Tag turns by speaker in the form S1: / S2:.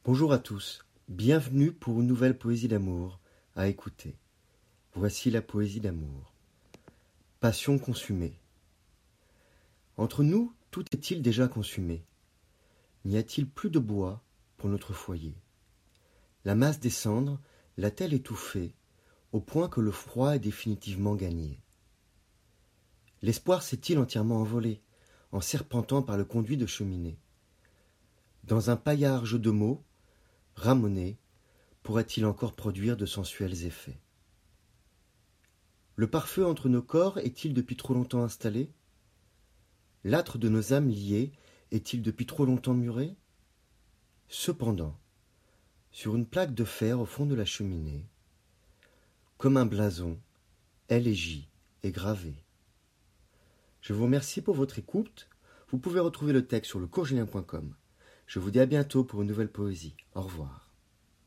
S1: Bonjour à tous, bienvenue pour une nouvelle poésie d'amour à écouter. Voici la poésie d'amour. Passion consumée. Entre nous, tout est-il déjà consumé? N'y a-t-il plus de bois pour notre foyer? La masse des cendres l'a-t-elle étouffée au point que le froid est définitivement gagné? L'espoir s'est-il entièrement envolé en serpentant par le conduit de cheminée? Dans un paillard jeu de mots, Ramonet pourrait-il encore produire de sensuels effets? Le pare-feu entre nos corps est-il depuis trop longtemps installé? L'âtre de nos âmes liées est-il depuis trop longtemps muré? Cependant, sur une plaque de fer au fond de la cheminée, comme un blason, Élégie est gravé. Je vous remercie pour votre écoute. Vous pouvez retrouver le texte sur lecourgelien.com. Je vous dis à bientôt pour une nouvelle poésie. Au revoir.